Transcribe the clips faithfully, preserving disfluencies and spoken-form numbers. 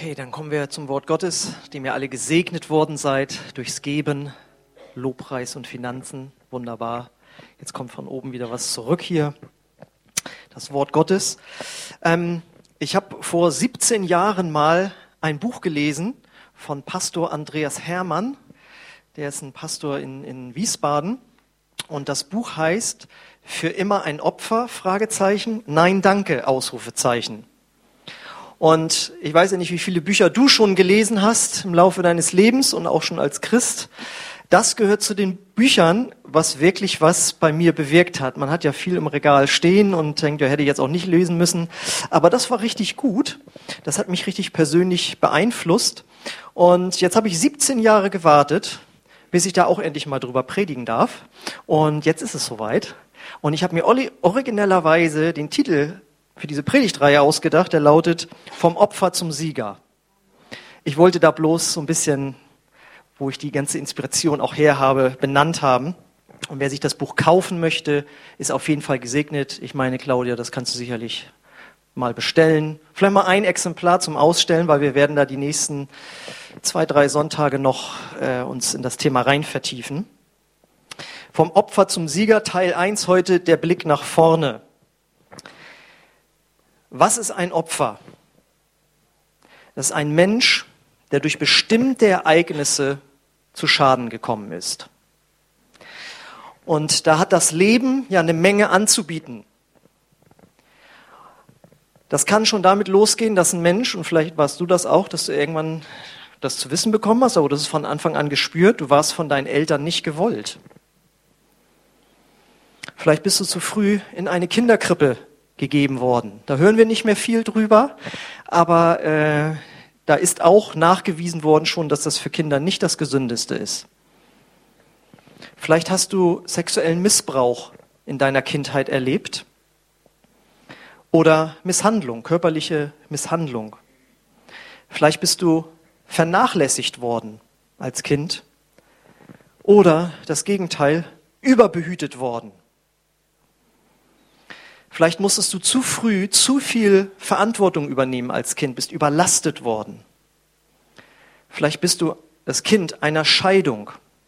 Okay, dann kommen wir zum Wort Gottes, dem ihr alle gesegnet worden seid durchs Geben, Lobpreis und Finanzen. Wunderbar. Jetzt kommt von oben wieder was zurück hier. Das Wort Gottes. Ähm, ich habe vor siebzehn Jahren mal ein Buch gelesen von Pastor Andreas Hermann. Der ist ein Pastor in, in Wiesbaden. Und das Buch heißt Für immer ein Opfer? Fragezeichen. Nein, danke, Ausrufezeichen. Und ich weiß ja nicht, wie viele Bücher du schon gelesen hast im Laufe deines Lebens und auch schon als Christ. Das gehört zu den Büchern, was wirklich was bei mir bewirkt hat. Man hat ja viel im Regal stehen und denkt, ja, hätte ich jetzt auch nicht lesen müssen. Aber das war richtig gut. Das hat mich richtig persönlich beeinflusst. Und jetzt habe ich siebzehn Jahre gewartet, bis ich da auch endlich mal drüber predigen darf. Und jetzt ist es soweit. Und ich habe mir originellerweise den Titel für diese Predigtreihe ausgedacht, der lautet Vom Opfer zum Sieger. Ich wollte da bloß so ein bisschen, wo ich die ganze Inspiration auch her habe, benannt haben. Und wer sich das Buch kaufen möchte, ist auf jeden Fall gesegnet. Ich meine, Claudia, das kannst du sicherlich mal bestellen. Vielleicht mal ein Exemplar zum Ausstellen, weil wir werden da die nächsten zwei, drei Sonntage noch äh, uns in das Thema rein vertiefen. Vom Opfer zum Sieger, Teil eins heute, der Blick nach vorne. Was ist ein Opfer? Das ist ein Mensch, der durch bestimmte Ereignisse zu Schaden gekommen ist. Und da hat das Leben ja eine Menge anzubieten. Das kann schon damit losgehen, dass ein Mensch, und vielleicht warst du das auch, dass du irgendwann das zu wissen bekommen hast, aber das ist von Anfang an gespürt, du warst von deinen Eltern nicht gewollt. Vielleicht bist du zu früh in eine Kinderkrippe gegeben worden. Da hören wir nicht mehr viel drüber, aber äh, da ist auch nachgewiesen worden schon, dass das für Kinder nicht das Gesündeste ist. Vielleicht hast du sexuellen Missbrauch in deiner Kindheit erlebt oder Misshandlung, körperliche Misshandlung. Vielleicht bist du vernachlässigt worden als Kind oder das Gegenteil, überbehütet worden. Vielleicht musstest du zu früh zu viel Verantwortung übernehmen als Kind, bist überlastet worden. Vielleicht bist du das Kind einer Scheidung.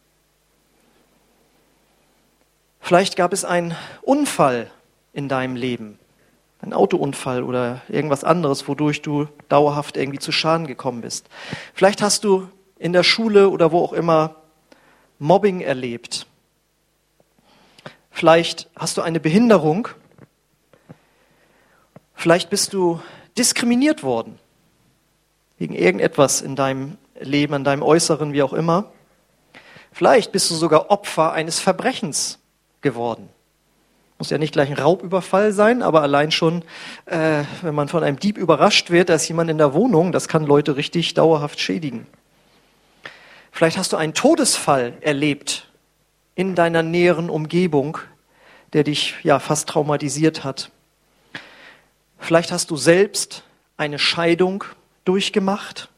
Vielleicht gab es einen Unfall in deinem Leben, ein Autounfall oder irgendwas anderes, wodurch du dauerhaft irgendwie zu Schaden gekommen bist. Vielleicht hast du in der Schule oder wo auch immer Mobbing erlebt. Vielleicht hast du eine Behinderung. Vielleicht bist du diskriminiert worden, wegen irgendetwas in deinem Leben, an deinem Äußeren, wie auch immer. Vielleicht bist du sogar Opfer eines Verbrechens geworden. Muss ja nicht gleich ein Raubüberfall sein, aber allein schon, äh, wenn man von einem Dieb überrascht wird, da ist jemand in der Wohnung, das kann Leute richtig dauerhaft schädigen. Vielleicht hast du einen Todesfall erlebt in deiner näheren Umgebung, der dich ja fast traumatisiert hat. Vielleicht hast du selbst eine Scheidung durchgemacht.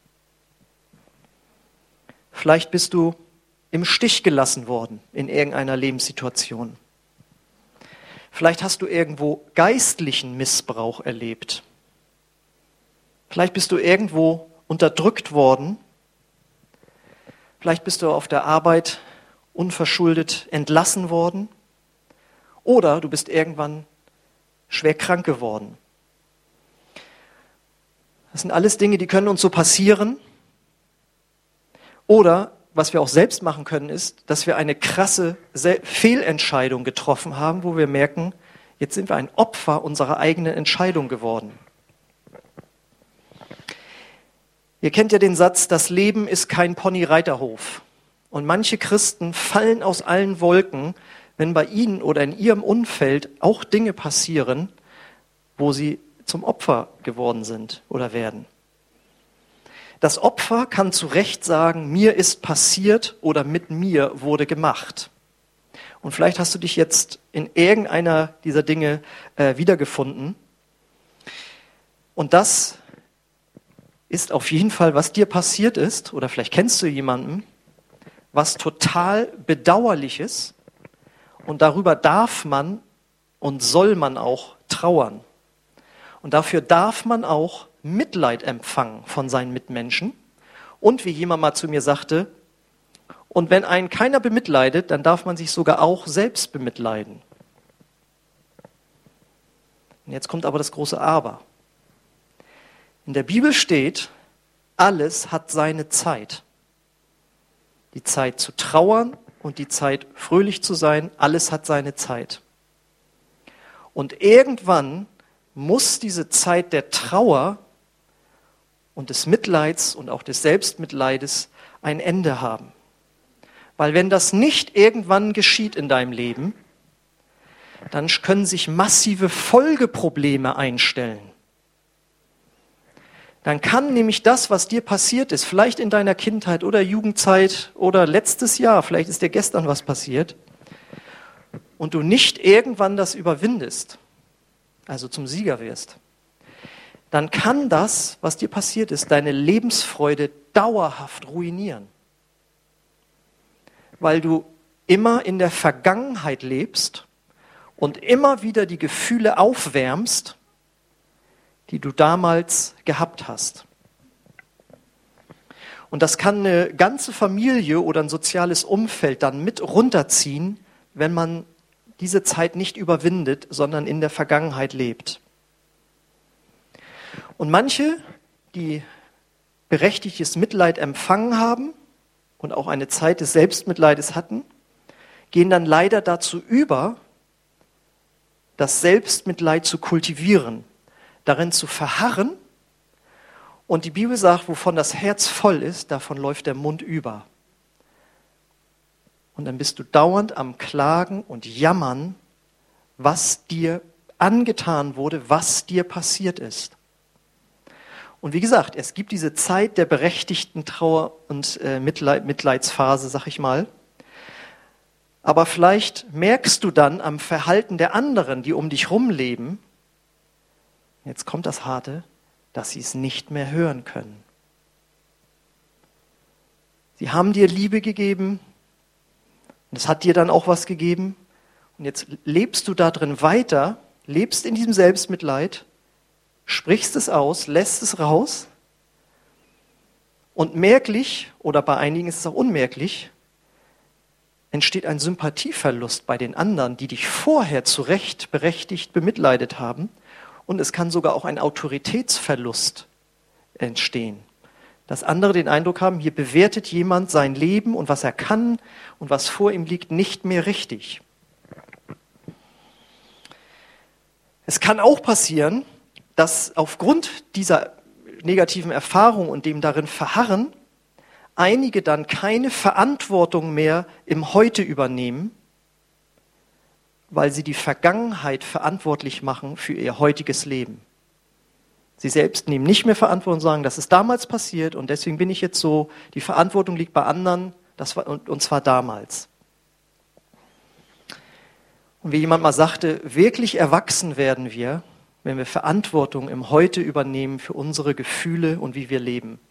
Vielleicht bist du im Stich gelassen worden in irgendeiner Lebenssituation. Vielleicht hast du irgendwo geistlichen Missbrauch erlebt. Vielleicht bist du irgendwo unterdrückt worden. Vielleicht bist du auf der Arbeit unverschuldet entlassen worden. Oder du bist irgendwann schwer krank geworden. Das sind alles Dinge, die können uns so passieren. Oder, was wir auch selbst machen können, ist, dass wir eine krasse Fehlentscheidung getroffen haben, wo wir merken, jetzt sind wir ein Opfer unserer eigenen Entscheidung geworden. Ihr kennt ja den Satz, das Leben ist kein Ponyreiterhof. Und manche Christen fallen aus allen Wolken, wenn bei ihnen oder in ihrem Umfeld auch Dinge passieren, wo sie zum Opfer geworden sind oder werden. Das Opfer kann zu Recht sagen, mir ist passiert oder mit mir wurde gemacht. Und vielleicht hast du dich jetzt in irgendeiner dieser Dinge äh, wiedergefunden. Und das ist auf jeden Fall, was dir passiert ist, oder vielleicht kennst du jemanden, was total bedauerlich ist. Und darüber darf man und soll man auch trauern. Und dafür darf man auch Mitleid empfangen von seinen Mitmenschen. Und wie jemand mal zu mir sagte, und wenn einen keiner bemitleidet, dann darf man sich sogar auch selbst bemitleiden. Und jetzt kommt aber das große Aber. In der Bibel steht, alles hat seine Zeit. Die Zeit zu trauern und die Zeit fröhlich zu sein, alles hat seine Zeit. Und irgendwann muss diese Zeit der Trauer und des Mitleids und auch des Selbstmitleides ein Ende haben. Weil wenn das nicht irgendwann geschieht in deinem Leben, dann können sich massive Folgeprobleme einstellen. Dann kann nämlich das, was dir passiert ist, vielleicht in deiner Kindheit oder Jugendzeit oder letztes Jahr, vielleicht ist dir gestern was passiert, und du nicht irgendwann das überwindest, also zum Sieger wirst, dann kann das, was dir passiert ist, deine Lebensfreude dauerhaft ruinieren. Weil du immer in der Vergangenheit lebst und immer wieder die Gefühle aufwärmst, die du damals gehabt hast. Und das kann eine ganze Familie oder ein soziales Umfeld dann mit runterziehen, wenn man diese Zeit nicht überwindet, sondern in der Vergangenheit lebt. Und manche, die berechtigtes Mitleid empfangen haben und auch eine Zeit des Selbstmitleides hatten, gehen dann leider dazu über, das Selbstmitleid zu kultivieren, darin zu verharren. Und die Bibel sagt, wovon das Herz voll ist, davon läuft der Mund über. Und dann bist du dauernd am Klagen und Jammern, was dir angetan wurde, was dir passiert ist. Und wie gesagt, es gibt diese Zeit der berechtigten Trauer- und äh, Mitleid, Mitleidsphase, sag ich mal. Aber vielleicht merkst du dann am Verhalten der anderen, die um dich rumleben, jetzt kommt das Harte, dass sie es nicht mehr hören können. Sie haben dir Liebe gegeben und es hat dir dann auch was gegeben und jetzt lebst du da drin weiter, lebst in diesem Selbstmitleid, sprichst es aus, lässt es raus und merklich, oder bei einigen ist es auch unmerklich, entsteht ein Sympathieverlust bei den anderen, die dich vorher zu Recht berechtigt bemitleidet haben. Und es kann sogar auch ein Autoritätsverlust entstehen. Dass andere den Eindruck haben, hier bewertet jemand sein Leben und was er kann und was vor ihm liegt, nicht mehr richtig. Es kann auch passieren, dass aufgrund dieser negativen Erfahrung und dem darin Verharren einige dann keine Verantwortung mehr im Heute übernehmen, weil sie die Vergangenheit verantwortlich machen für ihr heutiges Leben. Sie selbst nehmen nicht mehr Verantwortung und sagen, das ist damals passiert und deswegen bin ich jetzt so, die Verantwortung liegt bei anderen, das war, und, und zwar damals. Und wie jemand mal sagte, wirklich erwachsen werden wir, wenn wir Verantwortung im Heute übernehmen für unsere Gefühle und wie wir leben.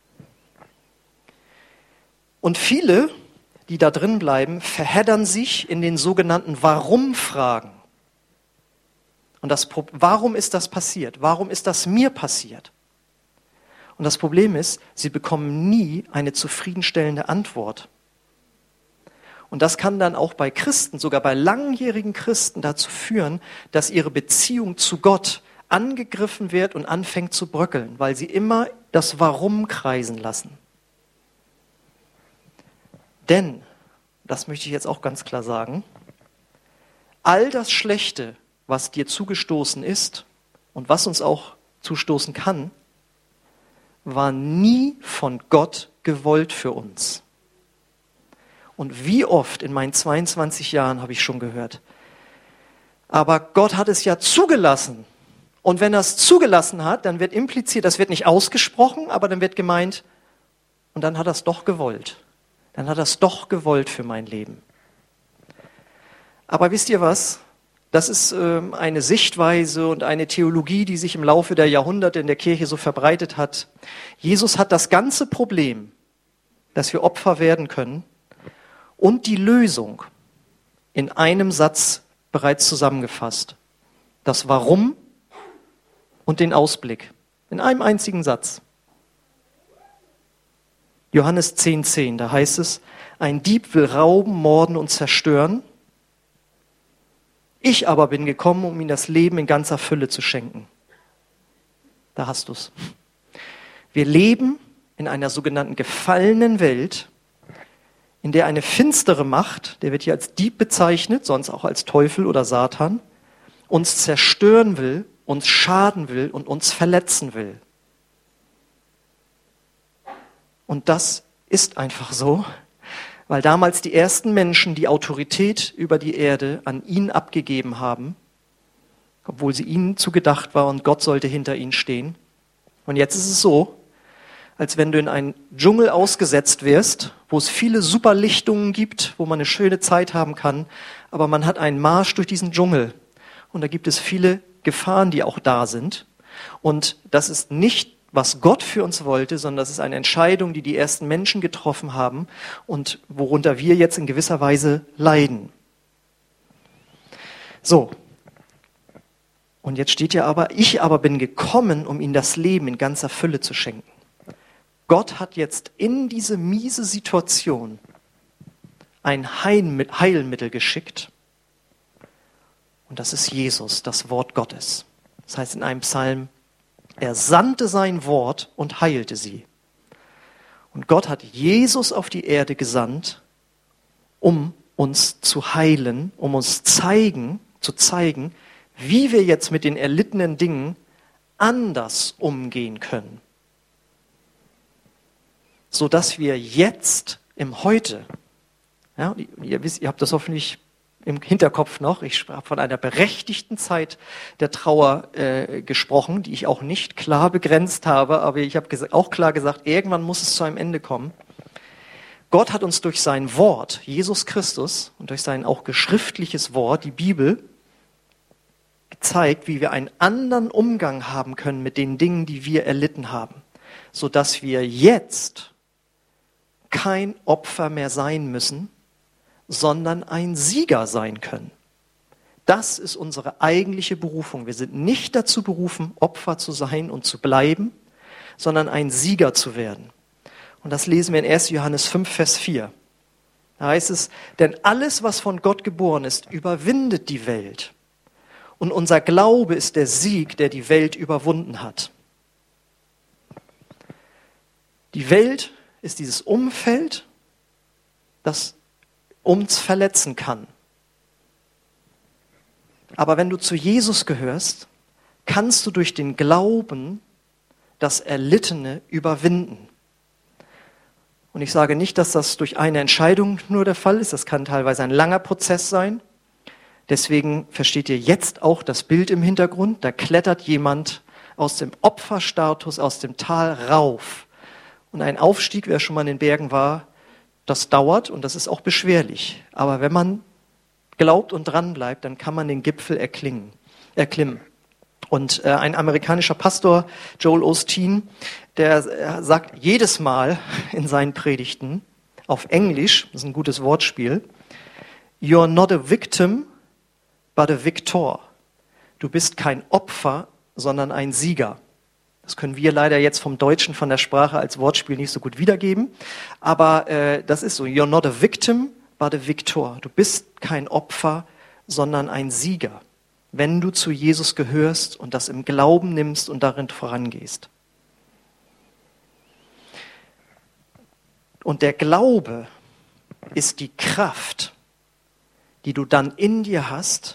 Und viele, die da drin bleiben, verheddern sich in den sogenannten Warum-Fragen. Und das, warum ist das passiert? Warum ist das mir passiert? Und das Problem ist, sie bekommen nie eine zufriedenstellende Antwort. Und das kann dann auch bei Christen, sogar bei langjährigen Christen dazu führen, dass ihre Beziehung zu Gott angegriffen wird und anfängt zu bröckeln, weil sie immer das Warum kreisen lassen. Denn, das möchte ich jetzt auch ganz klar sagen, all das Schlechte, was dir zugestoßen ist und was uns auch zustoßen kann, war nie von Gott gewollt für uns. Und wie oft in meinen zweiundzwanzig Jahren habe ich schon gehört, aber Gott hat es ja zugelassen. Und wenn er es zugelassen hat, dann wird impliziert, das wird nicht ausgesprochen, aber dann wird gemeint, und dann hat er es doch gewollt. Dann hat er es doch gewollt für mein Leben. Aber wisst ihr was? Das ist ähm, eine Sichtweise und eine Theologie, die sich im Laufe der Jahrhunderte in der Kirche so verbreitet hat. Jesus hat das ganze Problem, dass wir Opfer werden können, und die Lösung in einem Satz bereits zusammengefasst. Das Warum und den Ausblick. In einem einzigen Satz. Johannes zehn zehn, da heißt es, ein Dieb will rauben, morden und zerstören. Ich aber bin gekommen, um ihm das Leben in ganzer Fülle zu schenken. Da hast du es. Wir leben in einer sogenannten gefallenen Welt, in der eine finstere Macht, der wird hier als Dieb bezeichnet, sonst auch als Teufel oder Satan, uns zerstören will, uns schaden will und uns verletzen will. Und das ist einfach so, weil damals die ersten Menschen die Autorität über die Erde an ihn abgegeben haben, obwohl sie ihnen zugedacht war und Gott sollte hinter ihnen stehen. Und jetzt ist es so, als wenn du in einen Dschungel ausgesetzt wirst, wo es viele super Lichtungen gibt, wo man eine schöne Zeit haben kann, aber man hat einen Marsch durch diesen Dschungel und da gibt es viele Gefahren, die auch da sind. Und das ist nicht, was Gott für uns wollte, sondern das ist eine Entscheidung, die die ersten Menschen getroffen haben und worunter wir jetzt in gewisser Weise leiden. So. Und jetzt steht ja aber, ich aber bin gekommen, um ihnen das Leben in ganzer Fülle zu schenken. Gott hat jetzt in diese miese Situation ein Heilmittel geschickt. Und das ist Jesus, das Wort Gottes. Das heißt in einem Psalm, er sandte sein Wort und heilte sie. Und Gott hat Jesus auf die Erde gesandt, um uns zu heilen, um uns zeigen, zu zeigen, wie wir jetzt mit den erlittenen Dingen anders umgehen können. Sodass wir jetzt im Heute, ja, ihr wisst, ihr habt das hoffentlich im Hinterkopf noch, ich sprach von einer berechtigten Zeit der Trauer äh, gesprochen, die ich auch nicht klar begrenzt habe, aber ich habe ges- auch klar gesagt, irgendwann muss es zu einem Ende kommen. Gott hat uns durch sein Wort, Jesus Christus, und durch sein auch geschriftliches Wort, die Bibel, gezeigt, wie wir einen anderen Umgang haben können mit den Dingen, die wir erlitten haben, sodass wir jetzt kein Opfer mehr sein müssen, sondern ein Sieger sein können. Das ist unsere eigentliche Berufung. Wir sind nicht dazu berufen, Opfer zu sein und zu bleiben, sondern ein Sieger zu werden. Und das lesen wir in erster Johannes fünf, Vers vier. Da heißt es, denn alles, was von Gott geboren ist, überwindet die Welt. Und unser Glaube ist der Sieg, der die Welt überwunden hat. Die Welt ist dieses Umfeld, das uns verletzen kann. Aber wenn du zu Jesus gehörst, kannst du durch den Glauben das Erlittene überwinden. Und ich sage nicht, dass das durch eine Entscheidung nur der Fall ist. Das kann teilweise ein langer Prozess sein. Deswegen versteht ihr jetzt auch das Bild im Hintergrund. Da klettert jemand aus dem Opferstatus, aus dem Tal rauf. Und ein Aufstieg, wer schon mal in den Bergen war, das dauert und das ist auch beschwerlich. Aber wenn man glaubt und dran bleibt, dann kann man den Gipfel erklingen, erklimmen. Und äh, ein amerikanischer Pastor, Joel Osteen, der äh, sagt jedes Mal in seinen Predigten auf Englisch, das ist ein gutes Wortspiel, "You're not a victim, but a victor." Du bist kein Opfer, sondern ein Sieger. Das können wir leider jetzt vom Deutschen, von der Sprache als Wortspiel nicht so gut wiedergeben. Aber äh, das ist so. You're not a victim, but a victor. Du bist kein Opfer, sondern ein Sieger, wenn du zu Jesus gehörst und das im Glauben nimmst und darin vorangehst. Und der Glaube ist die Kraft, die du dann in dir hast,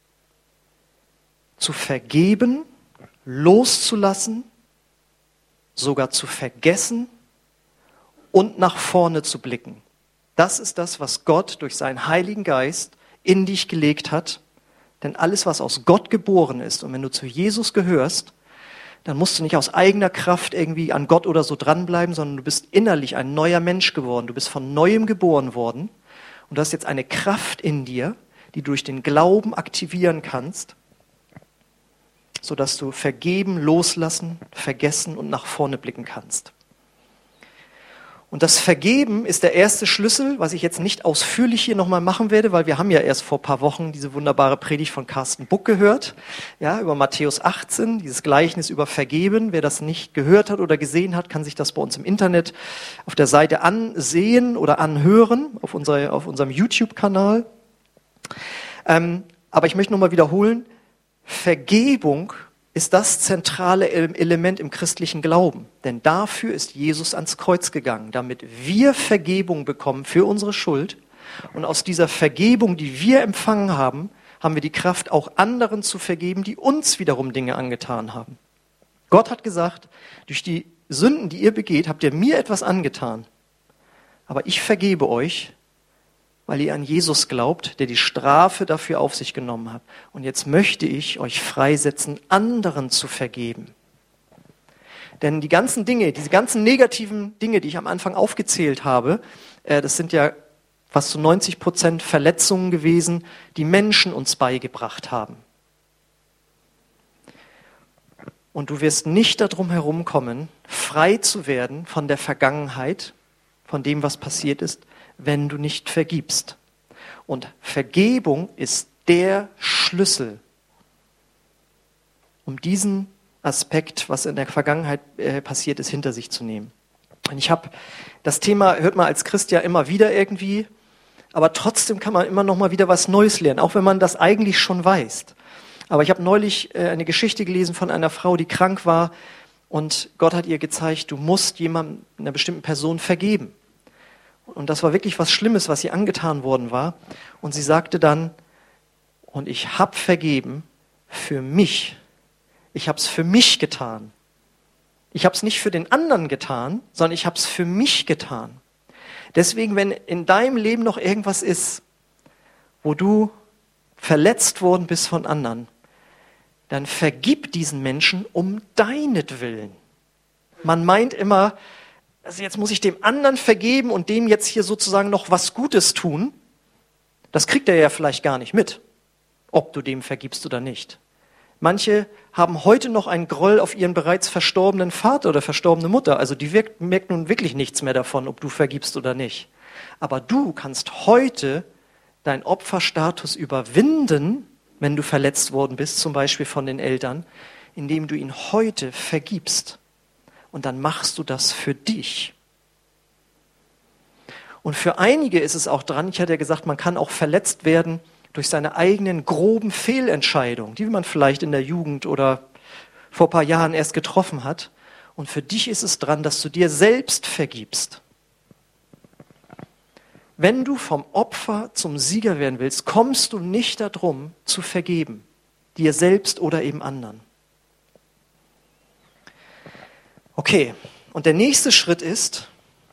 zu vergeben, loszulassen, sogar zu vergessen und nach vorne zu blicken. Das ist das, was Gott durch seinen Heiligen Geist in dich gelegt hat. Denn alles, was aus Gott geboren ist, und wenn du zu Jesus gehörst, dann musst du nicht aus eigener Kraft irgendwie an Gott oder so dranbleiben, sondern du bist innerlich ein neuer Mensch geworden. Du bist von Neuem geboren worden und du hast jetzt eine Kraft in dir, die du durch den Glauben aktivieren kannst, sodass du vergeben, loslassen, vergessen und nach vorne blicken kannst. Und das Vergeben ist der erste Schlüssel, was ich jetzt nicht ausführlich hier nochmal machen werde, weil wir haben ja erst vor ein paar Wochen diese wunderbare Predigt von Carsten Buck gehört, ja, über Matthäus achtzehn, dieses Gleichnis über Vergeben. Wer das nicht gehört hat oder gesehen hat, kann sich das bei uns im Internet auf der Seite ansehen oder anhören, auf, unser, auf unserem YouTube-Kanal. Ähm, aber ich möchte nochmal wiederholen, Vergebung ist das zentrale Element im christlichen Glauben. Denn dafür ist Jesus ans Kreuz gegangen, damit wir Vergebung bekommen für unsere Schuld. Und aus dieser Vergebung, die wir empfangen haben, haben wir die Kraft, auch anderen zu vergeben, die uns wiederum Dinge angetan haben. Gott hat gesagt, durch die Sünden, die ihr begeht, habt ihr mir etwas angetan. Aber ich vergebe euch, weil ihr an Jesus glaubt, der die Strafe dafür auf sich genommen hat. Und jetzt möchte ich euch freisetzen, anderen zu vergeben. Denn die ganzen Dinge, diese ganzen negativen Dinge, die ich am Anfang aufgezählt habe, äh, das sind ja fast zu neunzig Prozent Verletzungen gewesen, die Menschen uns beigebracht haben. Und du wirst nicht darum herumkommen, frei zu werden von der Vergangenheit, von dem, was passiert ist, wenn du nicht vergibst. Und Vergebung ist der Schlüssel, um diesen Aspekt, was in der Vergangenheit äh, passiert ist, hinter sich zu nehmen. Und ich habe das Thema, hört man als Christ ja immer wieder irgendwie, aber trotzdem kann man immer noch mal wieder was Neues lernen, auch wenn man das eigentlich schon weiß. Aber ich habe neulich äh, eine Geschichte gelesen von einer Frau, die krank war, und Gott hat ihr gezeigt, du musst jemandem, einer bestimmten Person vergeben. Und das war wirklich was Schlimmes, was ihr angetan worden war. Und sie sagte dann, und ich habe vergeben für mich. Ich habe es für mich getan. Ich habe es nicht für den anderen getan, sondern ich habe es für mich getan. Deswegen, wenn in deinem Leben noch irgendwas ist, wo du verletzt worden bist von anderen, dann vergib diesen Menschen um deinetwillen. Man meint immer, also jetzt muss ich dem anderen vergeben und dem jetzt hier sozusagen noch was Gutes tun. Das kriegt er ja vielleicht gar nicht mit, ob du dem vergibst oder nicht. Manche haben heute noch einen Groll auf ihren bereits verstorbenen Vater oder verstorbene Mutter. Also die wirkt, merkt nun wirklich nichts mehr davon, ob du vergibst oder nicht. Aber du kannst heute deinen Opferstatus überwinden, wenn du verletzt worden bist, zum Beispiel von den Eltern, indem du ihn heute vergibst. Und dann machst du das für dich. Und für einige ist es auch dran, ich hatte ja gesagt, man kann auch verletzt werden durch seine eigenen groben Fehlentscheidungen, die man vielleicht in der Jugend oder vor ein paar Jahren erst getroffen hat. Und für dich ist es dran, dass du dir selbst vergibst. Wenn du vom Opfer zum Sieger werden willst, kommst du nicht darum, zu vergeben, dir selbst oder eben anderen. Okay, und der nächste Schritt ist,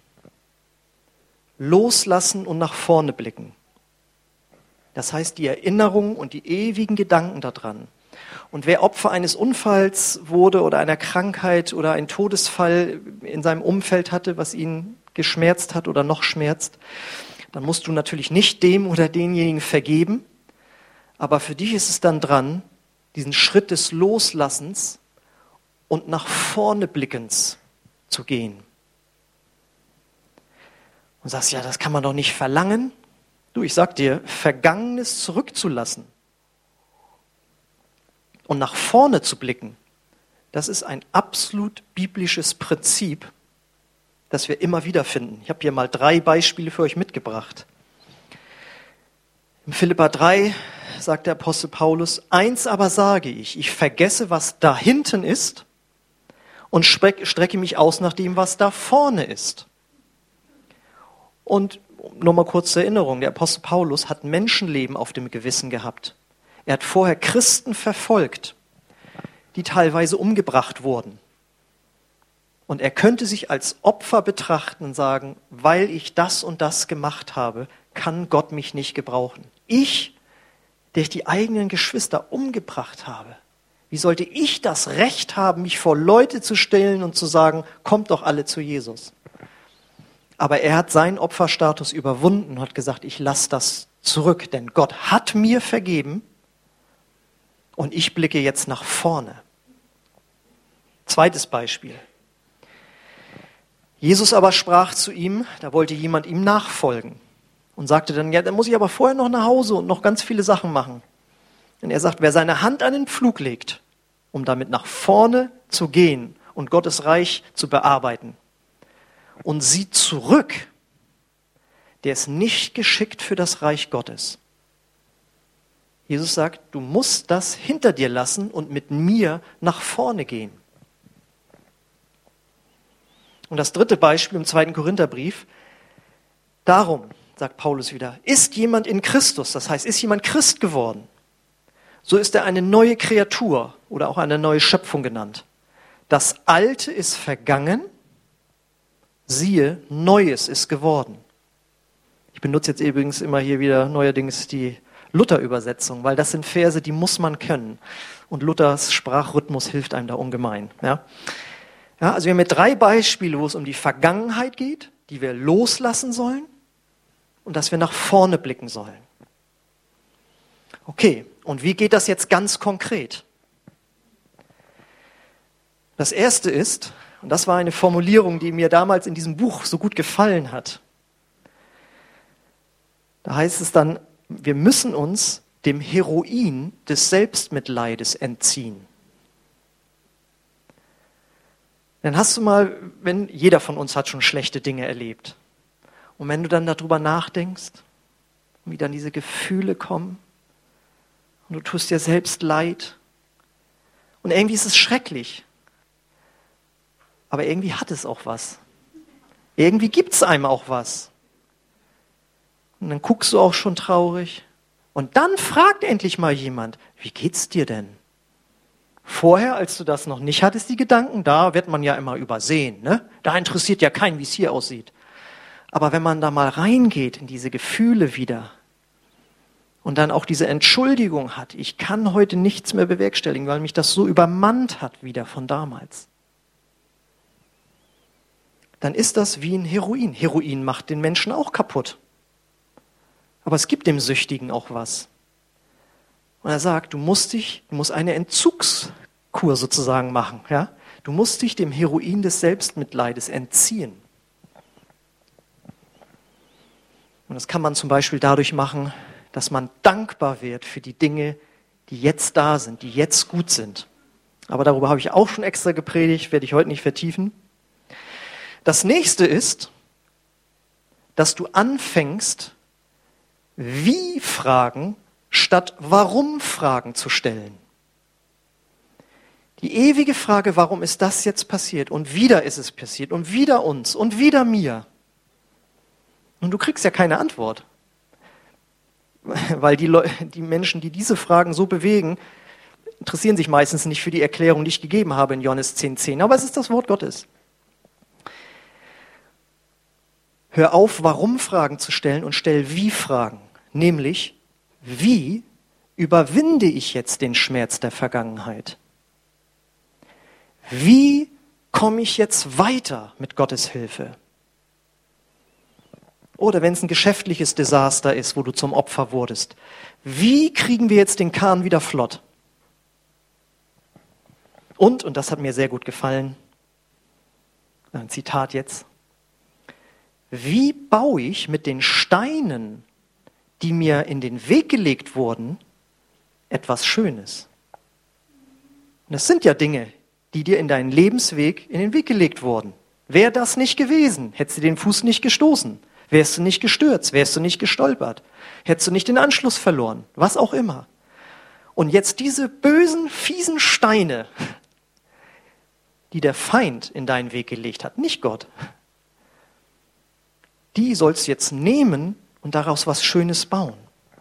loslassen und nach vorne blicken. Das heißt, die Erinnerung und die ewigen Gedanken daran. Und wer Opfer eines Unfalls wurde oder einer Krankheit oder einen Todesfall in seinem Umfeld hatte, was ihn geschmerzt hat oder noch schmerzt, dann musst du natürlich nicht dem oder denjenigen vergeben, aber für dich ist es dann dran, diesen Schritt des Loslassens und nach vorne blickens zu gehen. Und sagst, ja, das kann man doch nicht verlangen. Du, ich sag dir, Vergangenes zurückzulassen und nach vorne zu blicken, das ist ein absolut biblisches Prinzip, das wir immer wieder finden. Ich habe hier mal drei Beispiele für euch mitgebracht. Im Philipper drei sagt der Apostel Paulus, eins aber sage ich, ich vergesse, was da hinten ist und strecke mich aus nach dem, was da vorne ist. Und nochmal kurz zur Erinnerung, der Apostel Paulus hat Menschenleben auf dem Gewissen gehabt. Er hat vorher Christen verfolgt, die teilweise umgebracht wurden. Und er könnte sich als Opfer betrachten und sagen, weil ich das und das gemacht habe, kann Gott mich nicht gebrauchen. Ich, der ich die eigenen Geschwister umgebracht habe, wie sollte ich das Recht haben, mich vor Leute zu stellen und zu sagen, kommt doch alle zu Jesus? Aber er hat seinen Opferstatus überwunden und hat gesagt, ich lasse das zurück, denn Gott hat mir vergeben und ich blicke jetzt nach vorne. Zweites Beispiel. Jesus aber sprach zu ihm, da wollte jemand ihm nachfolgen und sagte dann, ja, dann muss ich aber vorher noch nach Hause und noch ganz viele Sachen machen. Und er sagt, wer seine Hand an den Pflug legt, um damit nach vorne zu gehen und Gottes Reich zu bearbeiten und sieht zurück, der ist nicht geschickt für das Reich Gottes. Jesus sagt, du musst das hinter dir lassen und mit mir nach vorne gehen. Und das dritte Beispiel im zweiten Korintherbrief, darum, sagt Paulus wieder, ist jemand in Christus, das heißt, ist jemand Christ geworden, so ist er eine neue Kreatur oder auch eine neue Schöpfung genannt. Das Alte ist vergangen, siehe, Neues ist geworden. Ich benutze jetzt übrigens immer hier wieder neuerdings die Luther-Übersetzung, weil das sind Verse, die muss man können. Und Luthers Sprachrhythmus hilft einem da ungemein. Ja? Ja, also wir haben hier drei Beispiele, wo es um die Vergangenheit geht, die wir loslassen sollen und dass wir nach vorne blicken sollen. Okay, und wie geht das jetzt ganz konkret? Das erste ist, und das war eine Formulierung, die mir damals in diesem Buch so gut gefallen hat. Da heißt es dann, wir müssen uns dem Heroin des Selbstmitleides entziehen. Dann hast du mal, wenn jeder von uns hat schon schlechte Dinge erlebt. Und wenn du dann darüber nachdenkst, wie dann diese Gefühle kommen, und du tust dir selbst leid, und irgendwie ist es schrecklich. Aber irgendwie hat es auch was. Irgendwie gibt es einem auch was. Und dann guckst du auch schon traurig. Und dann fragt endlich mal jemand, wie geht's dir denn? Vorher, als du das noch nicht hattest, die Gedanken, da wird man ja immer übersehen. Ne? Da interessiert ja keinen, wie es hier aussieht. Aber wenn man da mal reingeht in diese Gefühle wieder und dann auch diese Entschuldigung hat, ich kann heute nichts mehr bewerkstelligen, weil mich das so übermannt hat wieder von damals, dann ist das wie ein Heroin. Heroin macht den Menschen auch kaputt. Aber es gibt dem Süchtigen auch was. Und er sagt, du musst dich, du musst eine Entzugskur sozusagen machen. Ja? Du musst dich dem Heroin des Selbstmitleides entziehen. Und das kann man zum Beispiel dadurch machen, dass man dankbar wird für die Dinge, die jetzt da sind, die jetzt gut sind. Aber darüber habe ich auch schon extra gepredigt, werde ich heute nicht vertiefen. Das nächste ist, dass du anfängst, Wie-Fragen statt Warum-Fragen zu stellen. Die ewige Frage, warum ist das jetzt passiert? Und wieder ist es passiert. Und wieder uns. Und wieder mir. Und du kriegst ja keine Antwort. Weil die, Leu- die Menschen, die diese Fragen so bewegen, interessieren sich meistens nicht für die Erklärung, die ich gegeben habe in Johannes zehn zehn. Aber es ist das Wort Gottes. Hör auf, Warum-Fragen zu stellen und stell Wie-Fragen. Nämlich, wie überwinde ich jetzt den Schmerz der Vergangenheit? Wie komme ich jetzt weiter mit Gottes Hilfe? Oder wenn es ein geschäftliches Desaster ist, wo du zum Opfer wurdest, wie kriegen wir jetzt den Kahn wieder flott? Und, und das hat mir sehr gut gefallen, ein Zitat jetzt, wie baue ich mit den Steinen, die mir in den Weg gelegt wurden, etwas Schönes? Und das sind ja Dinge, die dir in deinen Lebensweg in den Weg gelegt wurden. Wäre das nicht gewesen, hättest du den Fuß nicht gestoßen, wärst du nicht gestürzt, wärst du nicht gestolpert, hättest du nicht den Anschluss verloren, was auch immer. Und jetzt diese bösen, fiesen Steine, die der Feind in deinen Weg gelegt hat, nicht Gott, die sollst du jetzt nehmen und daraus was Schönes bauen.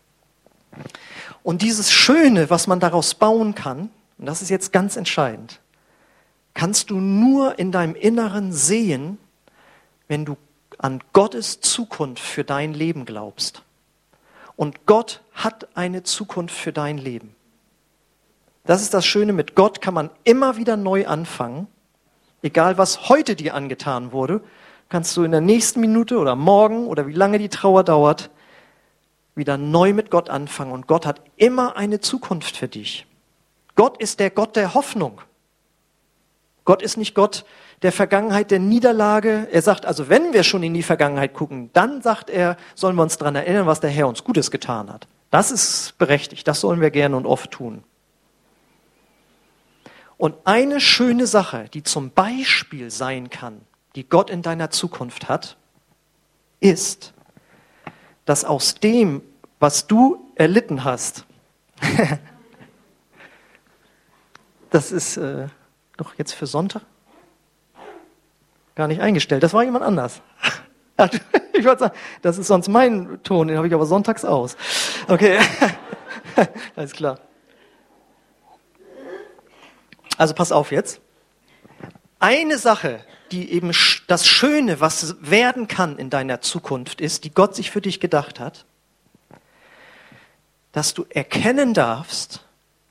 Und dieses Schöne, was man daraus bauen kann, und das ist jetzt ganz entscheidend, kannst du nur in deinem Inneren sehen, wenn du an Gottes Zukunft für dein Leben glaubst. Und Gott hat eine Zukunft für dein Leben. Das ist das Schöne, mit Gott kann man immer wieder neu anfangen. Egal, was heute dir angetan wurde, kannst du in der nächsten Minute oder morgen oder wie lange die Trauer dauert, wieder neu mit Gott anfangen. Und Gott hat immer eine Zukunft für dich. Gott ist der Gott der Hoffnung. Gott ist nicht Gott der Vergangenheit, der Niederlage. Er sagt, also wenn wir schon in die Vergangenheit gucken, dann sagt er, sollen wir uns daran erinnern, was der Herr uns Gutes getan hat. Das ist berechtigt, das sollen wir gerne und oft tun. Und eine schöne Sache, die zum Beispiel sein kann, die Gott in deiner Zukunft hat, ist, dass aus dem, was du erlitten hast, das ist äh, doch jetzt für Sonntag gar nicht eingestellt, das war jemand anders. Ich wollte sagen, das ist sonst mein Ton, den habe ich aber sonntags aus. Okay, alles klar. Also pass auf jetzt. Eine Sache, die eben das Schöne, was werden kann in deiner Zukunft ist, die Gott sich für dich gedacht hat, dass du erkennen darfst,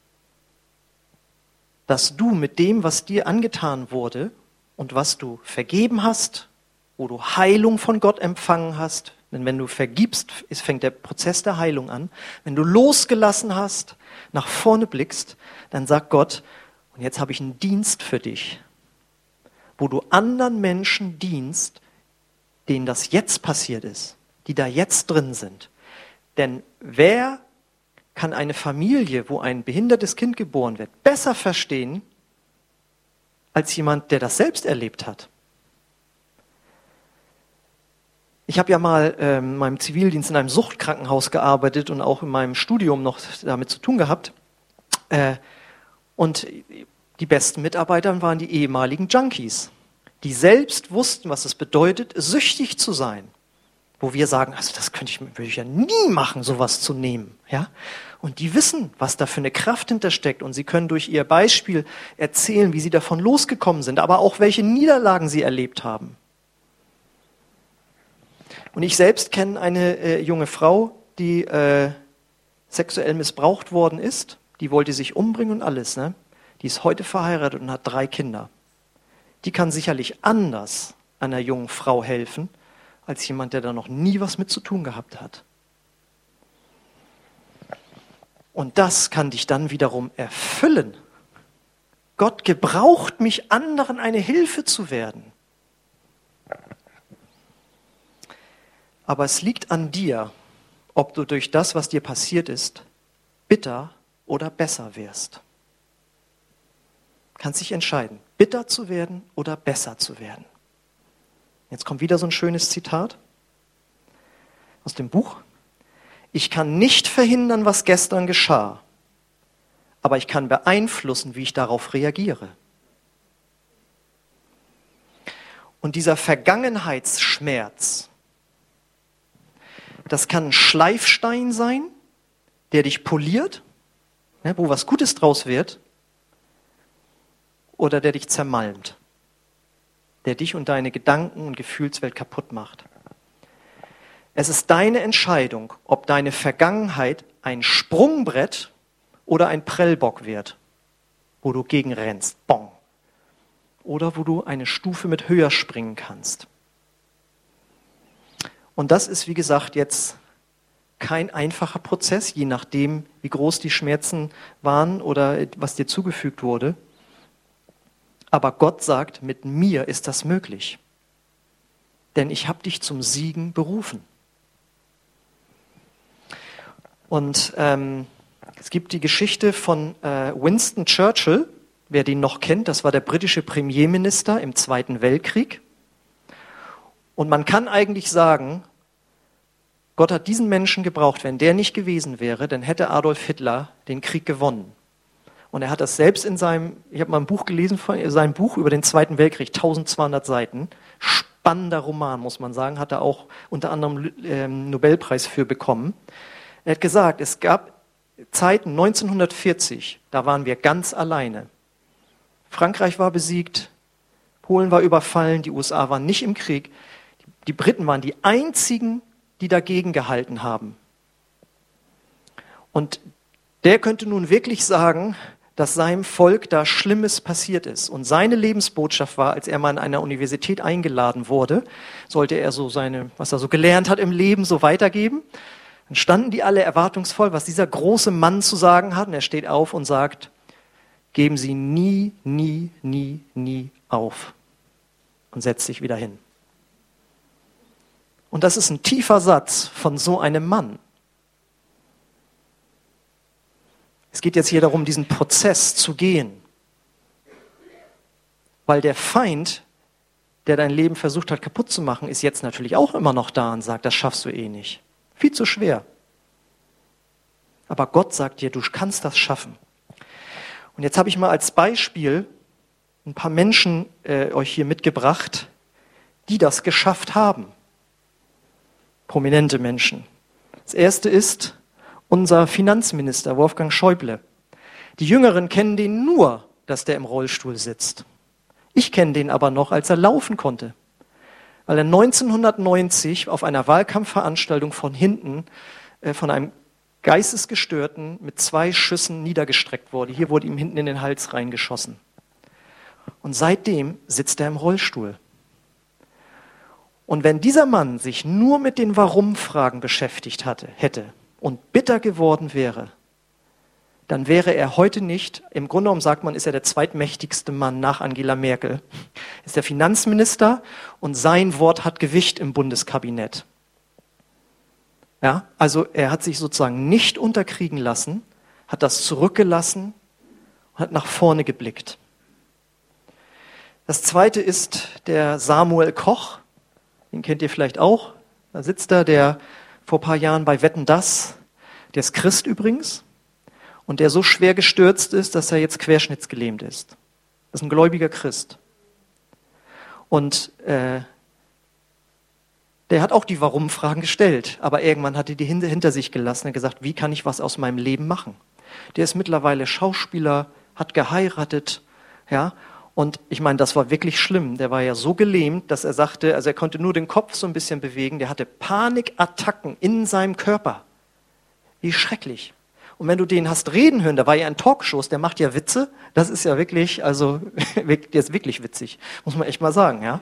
dass du mit dem, was dir angetan wurde und was du vergeben hast, wo du Heilung von Gott empfangen hast, denn wenn du vergibst, fängt der Prozess der Heilung an, wenn du losgelassen hast, nach vorne blickst, dann sagt Gott, und jetzt habe ich einen Dienst für dich, wo du anderen Menschen dienst, denen das jetzt passiert ist, die da jetzt drin sind. Denn wer kann eine Familie, wo ein behindertes Kind geboren wird, besser verstehen, als jemand, der das selbst erlebt hat? Ich habe ja mal äh, in meinem Zivildienst in einem Suchtkrankenhaus gearbeitet und auch in meinem Studium noch damit zu tun gehabt. Äh, und die besten Mitarbeiter waren die ehemaligen Junkies, die selbst wussten, was es bedeutet, süchtig zu sein. Wo wir sagen, also das könnte ich, würde ich ja nie machen, sowas zu nehmen. Ja? Und die wissen, was da für eine Kraft hintersteckt. Und sie können durch ihr Beispiel erzählen, wie sie davon losgekommen sind, aber auch welche Niederlagen sie erlebt haben. Und ich selbst kenne eine äh, junge Frau, die äh, sexuell missbraucht worden ist. Die wollte sich umbringen und alles. Ne? Die ist heute verheiratet und hat drei Kinder. Die kann sicherlich anders einer jungen Frau helfen, als jemand, der da noch nie was mit zu tun gehabt hat. Und das kann dich dann wiederum erfüllen. Gott gebraucht mich, anderen eine Hilfe zu werden. Aber es liegt an dir, ob du durch das, was dir passiert ist, bitter oder besser wirst. Du kannst dich entscheiden, bitter zu werden oder besser zu werden. Jetzt kommt wieder so ein schönes Zitat aus dem Buch. Ich kann nicht verhindern, was gestern geschah, aber ich kann beeinflussen, wie ich darauf reagiere. Und dieser Vergangenheitsschmerz, das kann ein Schleifstein sein, der dich poliert, wo was Gutes draus wird, oder der dich zermalmt, der dich und deine Gedanken- und Gefühlswelt kaputt macht. Es ist deine Entscheidung, ob deine Vergangenheit ein Sprungbrett oder ein Prellbock wird, wo du gegenrennst, bong, oder wo du eine Stufe mit höher springen kannst. Und das ist, wie gesagt, jetzt kein einfacher Prozess, je nachdem, wie groß die Schmerzen waren oder was dir zugefügt wurde. Aber Gott sagt, mit mir ist das möglich. Denn ich habe dich zum Siegen berufen. Und ähm, es gibt die Geschichte von äh, Winston Churchill, wer den noch kennt, das war der britische Premierminister im Zweiten Weltkrieg. Und man kann eigentlich sagen, Gott hat diesen Menschen gebraucht. Wenn der nicht gewesen wäre, dann hätte Adolf Hitler den Krieg gewonnen. Und er hat das selbst in seinem, ich habe mal ein Buch gelesen, von seinem Buch über den Zweiten Weltkrieg, tausendzweihundert Seiten. Spannender Roman, muss man sagen, hat er auch unter anderem ähm, Nobelpreis für bekommen. Er hat gesagt, es gab Zeiten neunzehnhundertvierzig, da waren wir ganz alleine. Frankreich war besiegt, Polen war überfallen, die U S A waren nicht im Krieg. Die Briten waren die einzigen, die dagegen gehalten haben. Und der könnte nun wirklich sagen, dass seinem Volk da Schlimmes passiert ist. Und seine Lebensbotschaft war, als er mal an einer Universität eingeladen wurde, sollte er so seine, was er so gelernt hat im Leben, so weitergeben. Dann standen die alle erwartungsvoll, was dieser große Mann zu sagen hat. Und er steht auf und sagt, geben Sie nie, nie, nie, nie auf und setzt sich wieder hin. Und das ist ein tiefer Satz von so einem Mann. Es geht jetzt hier darum, diesen Prozess zu gehen. Weil der Feind, der dein Leben versucht hat kaputt zu machen, ist jetzt natürlich auch immer noch da und sagt, das schaffst du eh nicht. Viel zu schwer. Aber Gott sagt dir, du kannst das schaffen. Und jetzt habe ich mal als Beispiel ein paar Menschen äh, euch hier mitgebracht, die das geschafft haben. Prominente Menschen. Das erste ist unser Finanzminister Wolfgang Schäuble. Die Jüngeren kennen den nur, dass der im Rollstuhl sitzt. Ich kenne den aber noch, als er laufen konnte. Weil er neunzehnhundertneunzig auf einer Wahlkampfveranstaltung von hinten äh, von einem Geistesgestörten mit zwei Schüssen niedergestreckt wurde. Hier wurde ihm hinten in den Hals reingeschossen. Und seitdem sitzt er im Rollstuhl. Und wenn dieser Mann sich nur mit den Warum-Fragen beschäftigt hatte, hätte und bitter geworden wäre, dann wäre er heute nicht, im Grunde genommen sagt man, ist er der zweitmächtigste Mann nach Angela Merkel, ist der Finanzminister und sein Wort hat Gewicht im Bundeskabinett. Ja, also er hat sich sozusagen nicht unterkriegen lassen, hat das zurückgelassen und hat nach vorne geblickt. Das zweite ist der Samuel Koch, den kennt ihr vielleicht auch. Da sitzt er, der vor ein paar Jahren bei Wetten, dass, der ist Christ übrigens, und der so schwer gestürzt ist, dass er jetzt querschnittsgelähmt ist. Das ist ein gläubiger Christ. Und äh, der hat auch die Warum-Fragen gestellt, aber irgendwann hat er die hinter, hinter sich gelassen und gesagt, wie kann ich was aus meinem Leben machen? Der ist mittlerweile Schauspieler, hat geheiratet, ja, und ich meine, das war wirklich schlimm. Der war ja so gelähmt, dass er sagte, also er konnte nur den Kopf so ein bisschen bewegen, der hatte Panikattacken in seinem Körper. Wie schrecklich. Und wenn du den hast reden hören, da war ja ein Talkshows, der macht ja Witze, das ist ja wirklich, also, der ist wirklich witzig, muss man echt mal sagen, ja.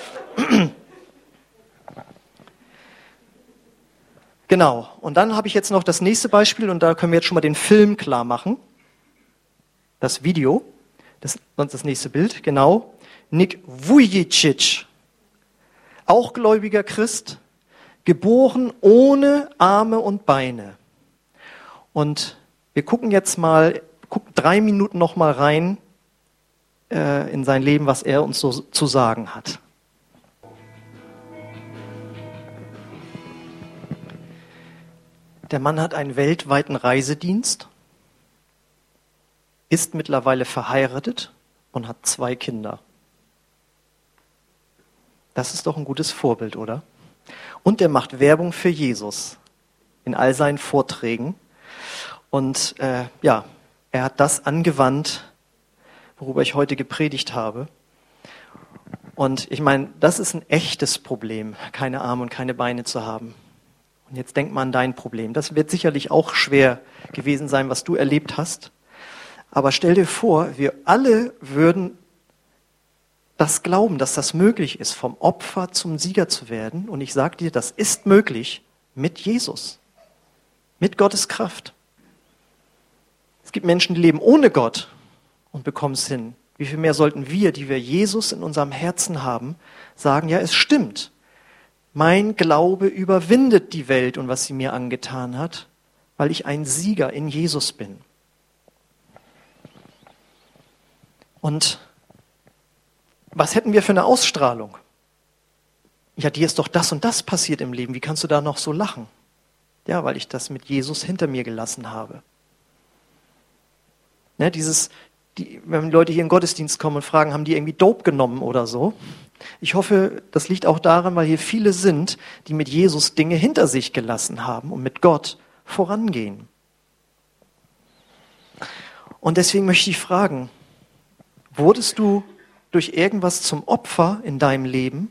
Genau, und dann habe ich jetzt noch das nächste Beispiel und da können wir jetzt schon mal den Film klar machen. Das Video, das, sonst das nächste Bild, genau. Nick Vujicic, auch gläubiger Christ, geboren ohne Arme und Beine. Und wir gucken jetzt mal, gucken drei Minuten noch mal rein äh, in sein Leben, was er uns so zu sagen hat. Der Mann hat einen weltweiten Reisedienst, ist mittlerweile verheiratet und hat zwei Kinder. Das ist doch ein gutes Vorbild, oder? Und er macht Werbung für Jesus in all seinen Vorträgen. Und äh, ja, er hat das angewandt, worüber ich heute gepredigt habe. Und ich meine, das ist ein echtes Problem, keine Arme und keine Beine zu haben. Und jetzt denk mal an dein Problem. Das wird sicherlich auch schwer gewesen sein, was du erlebt hast. Aber stell dir vor, wir alle würden das glauben, dass das möglich ist, vom Opfer zum Sieger zu werden. Und ich sage dir, das ist möglich mit Jesus, mit Gottes Kraft. Es gibt Menschen, die leben ohne Gott und bekommen es hin. Wie viel mehr sollten wir, die wir Jesus in unserem Herzen haben, sagen, ja, es stimmt. Mein Glaube überwindet die Welt und was sie mir angetan hat, weil ich ein Sieger in Jesus bin. Und was hätten wir für eine Ausstrahlung? Ja, dir ist doch das und das passiert im Leben. Wie kannst du da noch so lachen? Ja, weil ich das mit Jesus hinter mir gelassen habe. Ne, dieses, die, wenn Leute hier in den Gottesdienst kommen und fragen, haben die irgendwie Dope genommen oder so? Ich hoffe, das liegt auch daran, weil hier viele sind, die mit Jesus Dinge hinter sich gelassen haben und mit Gott vorangehen. Und deswegen möchte ich fragen, wurdest du durch irgendwas zum Opfer in deinem Leben?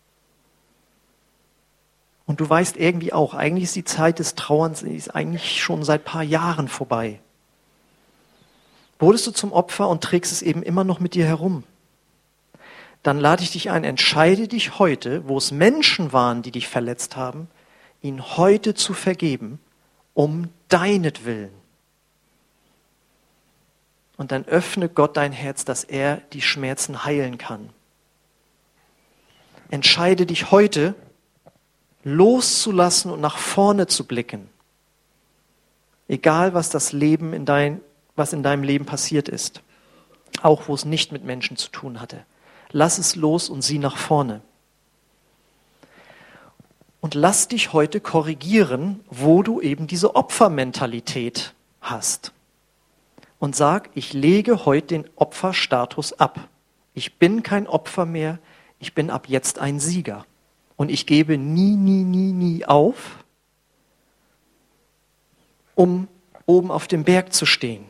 Und du weißt irgendwie auch, eigentlich ist die Zeit des Trauerns ist eigentlich schon seit ein paar Jahren vorbei. Wurdest du zum Opfer und trägst es eben immer noch mit dir herum? Dann lade ich dich ein, entscheide dich heute, wo es Menschen waren, die dich verletzt haben, ihnen heute zu vergeben, um deinetwillen. Und dann öffne Gott dein Herz, dass er die Schmerzen heilen kann. Entscheide dich heute, loszulassen und nach vorne zu blicken. Egal, was das Leben in dein, was in deinem Leben passiert ist. Auch wo es nicht mit Menschen zu tun hatte. Lass es los und sieh nach vorne. Und lass dich heute korrigieren, wo du eben diese Opfermentalität hast. Und sag, ich lege heute den Opferstatus ab. Ich bin kein Opfer mehr, ich bin ab jetzt ein Sieger. Und ich gebe nie, nie, nie, nie auf, um oben auf dem Berg zu stehen.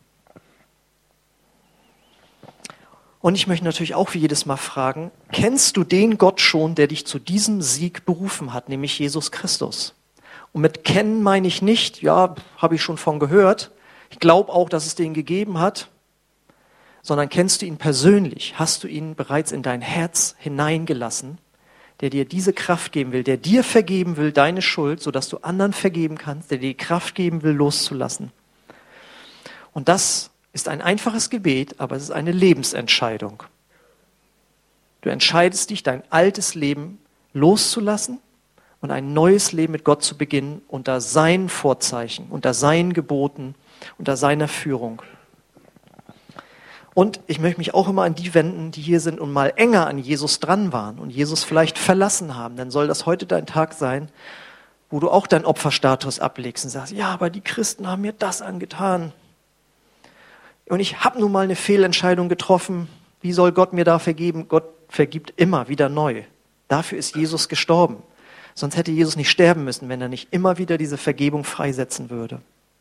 Und ich möchte natürlich auch wie jedes Mal fragen, kennst du den Gott schon, der dich zu diesem Sieg berufen hat, nämlich Jesus Christus? Und mit kennen meine ich nicht, ja, habe ich schon von gehört, ich glaube auch, dass es den gegeben hat, sondern kennst du ihn persönlich? Hast du ihn bereits in dein Herz hineingelassen, der dir diese Kraft geben will, der dir vergeben will, deine Schuld, sodass du anderen vergeben kannst, der dir die Kraft geben will, loszulassen? Und das ist ein einfaches Gebet, aber es ist eine Lebensentscheidung. Du entscheidest dich, dein altes Leben loszulassen und ein neues Leben mit Gott zu beginnen, unter seinen Vorzeichen, unter seinen Geboten, unter seiner Führung. Und ich möchte mich auch immer an die wenden, die hier sind und mal enger an Jesus dran waren und Jesus vielleicht verlassen haben. Dann soll das heute dein Tag sein, wo du auch deinen Opferstatus ablegst und sagst, ja, aber die Christen haben mir das angetan. Und ich habe nun mal eine Fehlentscheidung getroffen. Wie soll Gott mir da vergeben? Gott vergibt immer wieder neu. Dafür ist Jesus gestorben. Sonst hätte Jesus nicht sterben müssen, wenn er nicht immer wieder diese Vergebung freisetzen würde.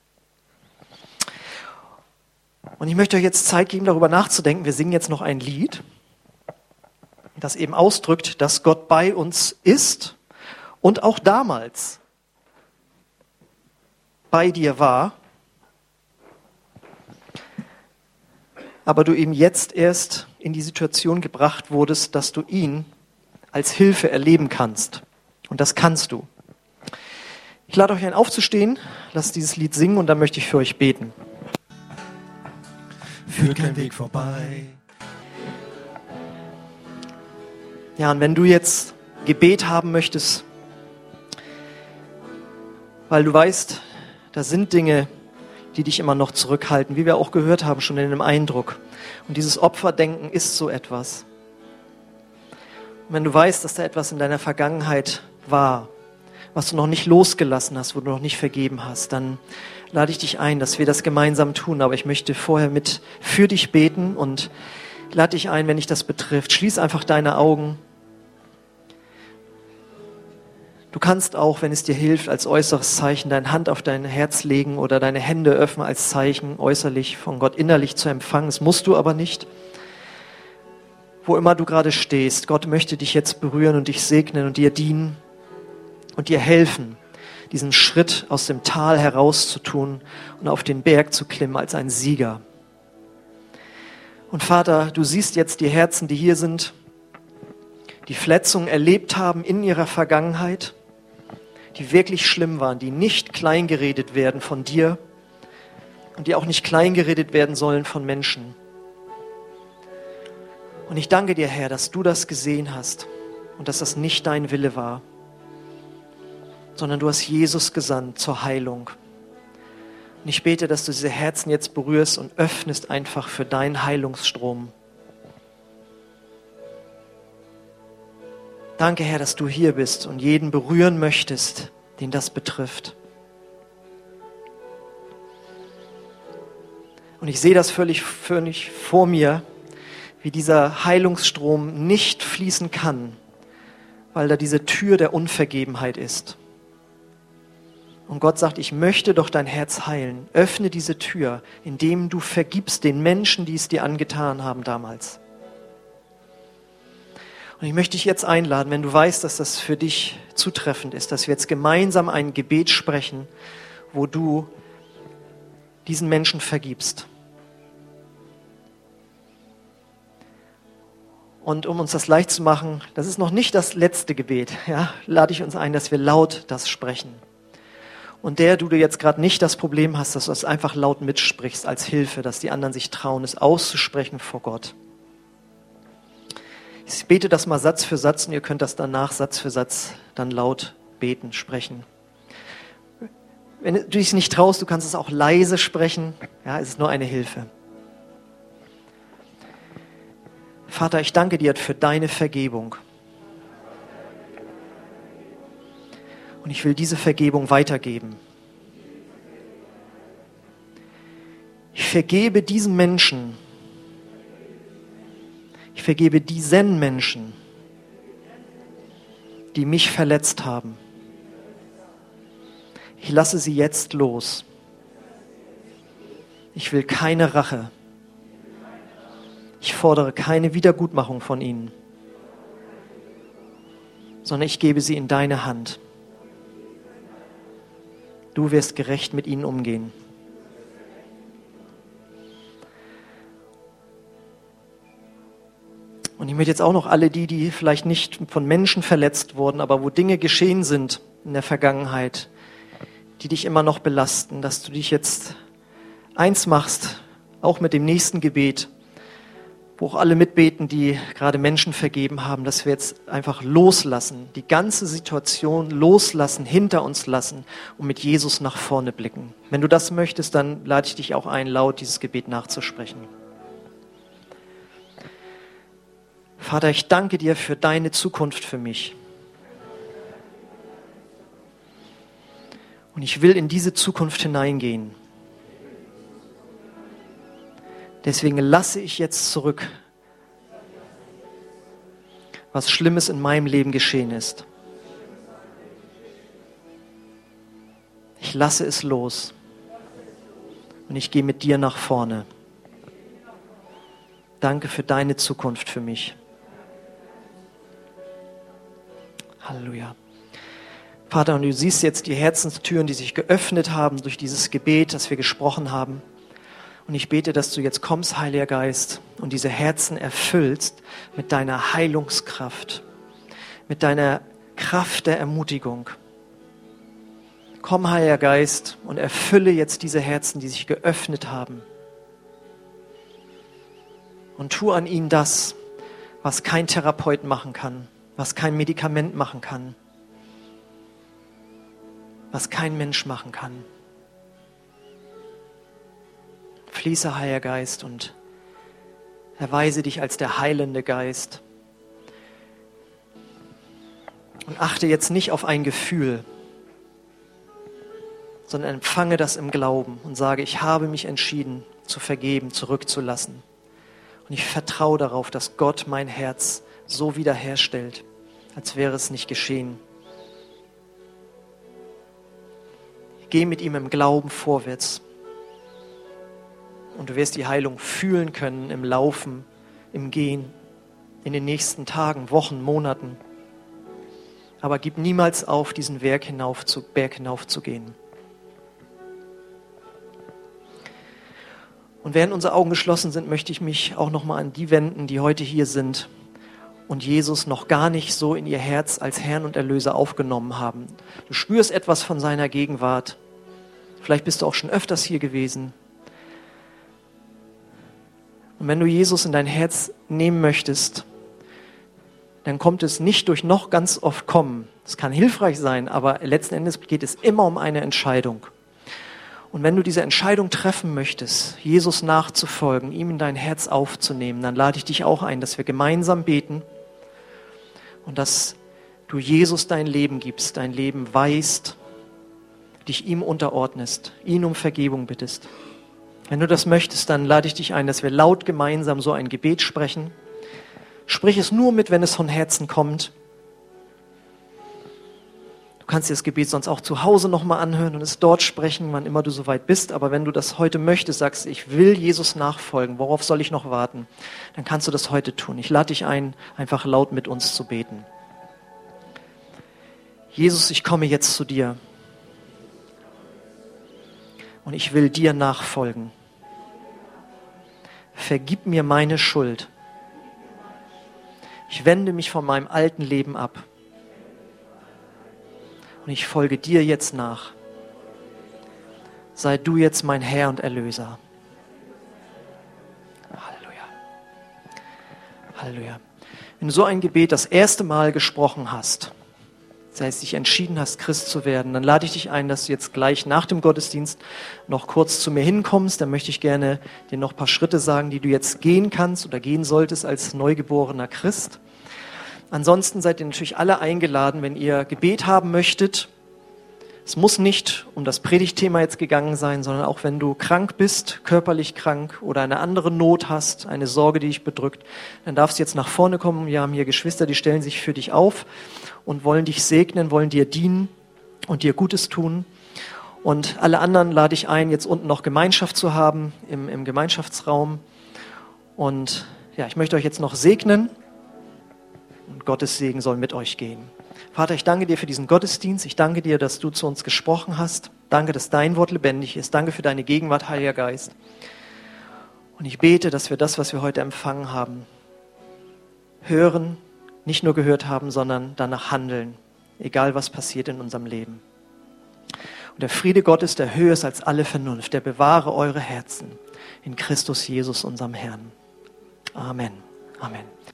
Und ich möchte euch jetzt Zeit geben, darüber nachzudenken. Wir singen jetzt noch ein Lied, das eben ausdrückt, dass Gott bei uns ist und auch damals bei dir war, aber du eben jetzt erst in die Situation gebracht wurdest, dass du ihn als Hilfe erleben kannst. Und das kannst du. Ich lade euch ein, aufzustehen, lasst dieses Lied singen und dann möchte ich für euch beten. Führt kein Weg vorbei. Ja, und wenn du jetzt Gebet haben möchtest, weil du weißt, da sind Dinge, die dich immer noch zurückhalten, wie wir auch gehört haben, schon in dem Eindruck. Und dieses Opferdenken ist so etwas. Und wenn du weißt, dass da etwas in deiner Vergangenheit war, was du noch nicht losgelassen hast, wo du noch nicht vergeben hast, dann lade ich dich ein, dass wir das gemeinsam tun. Aber ich möchte vorher mit für dich beten und lade dich ein, wenn dich das betrifft. Schließ einfach deine Augen. Du kannst auch, wenn es dir hilft, als äußeres Zeichen deine Hand auf dein Herz legen oder deine Hände öffnen als Zeichen, äußerlich von Gott innerlich zu empfangen. Das musst du aber nicht. Wo immer du gerade stehst, Gott möchte dich jetzt berühren und dich segnen und dir dienen und dir helfen, diesen Schritt aus dem Tal herauszutun und auf den Berg zu klimmen als ein Sieger. Und Vater, du siehst jetzt die Herzen, die hier sind, die Verletzungen erlebt haben in ihrer Vergangenheit, die wirklich schlimm waren, die nicht kleingeredet werden von dir und die auch nicht kleingeredet werden sollen von Menschen. Und ich danke dir, Herr, dass du das gesehen hast und dass das nicht dein Wille war, sondern du hast Jesus gesandt zur Heilung. Und ich bete, dass du diese Herzen jetzt berührst und öffnest einfach für deinen Heilungsstrom. Danke, Herr, dass du hier bist und jeden berühren möchtest, den das betrifft. Und ich sehe das völlig, völlig vor mir, wie dieser Heilungsstrom nicht fließen kann, weil da diese Tür der Unvergebenheit ist. Und Gott sagt, ich möchte doch dein Herz heilen. Öffne diese Tür, indem du vergibst den Menschen, die es dir angetan haben damals. Und ich möchte dich jetzt einladen, wenn du weißt, dass das für dich zutreffend ist, dass wir jetzt gemeinsam ein Gebet sprechen, wo du diesen Menschen vergibst. Und um uns das leicht zu machen, das ist noch nicht das letzte Gebet, ja, lade ich uns ein, dass wir laut das sprechen. und der du jetzt gerade nicht das Problem hast, dass du das einfach laut mitsprichst als Hilfe, dass die anderen sich trauen, es auszusprechen vor Gott. Ich bete das mal Satz für Satz und ihr könnt das danach Satz für Satz dann laut beten, sprechen. Wenn du dich nicht traust, du kannst es auch leise sprechen. Ja, es ist nur eine Hilfe. Vater, ich danke dir für deine Vergebung. Und ich will diese Vergebung weitergeben. Ich vergebe diesen Menschen. Ich vergebe diesen Menschen, die mich verletzt haben. Ich lasse sie jetzt los. Ich will keine Rache. Ich fordere keine Wiedergutmachung von ihnen, sondern ich gebe sie in deine Hand. Du wirst gerecht mit ihnen umgehen. Und ich möchte jetzt auch noch alle die, die vielleicht nicht von Menschen verletzt wurden, aber wo Dinge geschehen sind in der Vergangenheit, die dich immer noch belasten, dass du dich jetzt eins machst, auch mit dem nächsten Gebet, wo auch alle mitbeten, die gerade Menschen vergeben haben, dass wir jetzt einfach loslassen, die ganze Situation loslassen, hinter uns lassen und mit Jesus nach vorne blicken. Wenn du das möchtest, dann lade ich dich auch ein, laut dieses Gebet nachzusprechen. Vater, ich danke dir für deine Zukunft für mich. Und ich will in diese Zukunft hineingehen. Deswegen lasse ich jetzt zurück, was Schlimmes in meinem Leben geschehen ist. Ich lasse es los und ich gehe mit dir nach vorne. Danke für deine Zukunft für mich. Halleluja. Vater, und du siehst jetzt die Herzenstüren, die sich geöffnet haben durch dieses Gebet, das wir gesprochen haben. Und ich bete, dass du jetzt kommst, Heiliger Geist, und diese Herzen erfüllst mit deiner Heilungskraft, mit deiner Kraft der Ermutigung. Komm, Heiliger Geist, und erfülle jetzt diese Herzen, die sich geöffnet haben. Und tu an ihnen das, was kein Therapeut machen kann, was kein Medikament machen kann, was kein Mensch machen kann. Fließe, Heiliger Geist, und erweise dich als der heilende Geist. Und achte jetzt nicht auf ein Gefühl, sondern empfange das im Glauben und sage, ich habe mich entschieden, zu vergeben, zurückzulassen. Und ich vertraue darauf, dass Gott mein Herz so wiederherstellt, als wäre es nicht geschehen. Ich gehe mit ihm im Glauben vorwärts. Und du wirst die Heilung fühlen können im Laufen, im Gehen, in den nächsten Tagen, Wochen, Monaten. Aber gib niemals auf, diesen Berg hinauf zu, Berg hinauf zu gehen. Und während unsere Augen geschlossen sind, möchte ich mich auch nochmal an die wenden, die heute hier sind und Jesus noch gar nicht so in ihr Herz als Herrn und Erlöser aufgenommen haben. Du spürst etwas von seiner Gegenwart. Vielleicht bist du auch schon öfters hier gewesen. Und wenn du Jesus in dein Herz nehmen möchtest, dann kommt es nicht durch noch ganz oft kommen. Es kann hilfreich sein, aber letzten Endes geht es immer um eine Entscheidung. Und wenn du diese Entscheidung treffen möchtest, Jesus nachzufolgen, ihm in dein Herz aufzunehmen, dann lade ich dich auch ein, dass wir gemeinsam beten und dass du Jesus dein Leben gibst, dein Leben weißt, dich ihm unterordnest, ihn um Vergebung bittest. Wenn du das möchtest, dann lade ich dich ein, dass wir laut gemeinsam so ein Gebet sprechen. Sprich es nur mit, wenn es von Herzen kommt. Du kannst dir das Gebet sonst auch zu Hause nochmal anhören und es dort sprechen, wann immer du soweit bist. Aber wenn du das heute möchtest, sagst, ich will Jesus nachfolgen, worauf soll ich noch warten? Dann kannst du das heute tun. Ich lade dich ein, einfach laut mit uns zu beten. Jesus, ich komme jetzt zu dir. Und ich will dir nachfolgen. Vergib mir meine Schuld. Ich wende mich von meinem alten Leben ab. Und ich folge dir jetzt nach. sei du jetzt mein Herr und Erlöser. Halleluja. Halleluja. Wenn du so ein Gebet das erste Mal gesprochen hast, das heißt, dich entschieden hast, Christ zu werden, dann lade ich dich ein, dass du jetzt gleich nach dem Gottesdienst noch kurz zu mir hinkommst. Dann möchte ich gerne dir noch ein paar Schritte sagen, die du jetzt gehen kannst oder gehen solltest als neugeborener Christ. Ansonsten seid ihr natürlich alle eingeladen, wenn ihr Gebet haben möchtet. Es muss nicht um das Predigtthema jetzt gegangen sein, sondern auch wenn du krank bist, körperlich krank oder eine andere Not hast, eine Sorge, die dich bedrückt, dann darfst du jetzt nach vorne kommen. Wir haben hier Geschwister, die stellen sich für dich auf und wollen dich segnen, wollen dir dienen und dir Gutes tun. Und alle anderen lade ich ein, jetzt unten noch Gemeinschaft zu haben im, im Gemeinschaftsraum. Und ja, ich möchte euch jetzt noch segnen und Gottes Segen soll mit euch gehen. Vater, ich danke dir für diesen Gottesdienst. Ich danke dir, dass du zu uns gesprochen hast. Danke, dass dein Wort lebendig ist. Danke für deine Gegenwart, Heiliger Geist. Und ich bete, dass wir das, was wir heute empfangen haben, hören, nicht nur gehört haben, sondern danach handeln, egal was passiert in unserem Leben. Und der Friede Gottes, der höher ist als alle Vernunft, der bewahre eure Herzen in Christus Jesus, unserem Herrn. Amen. Amen.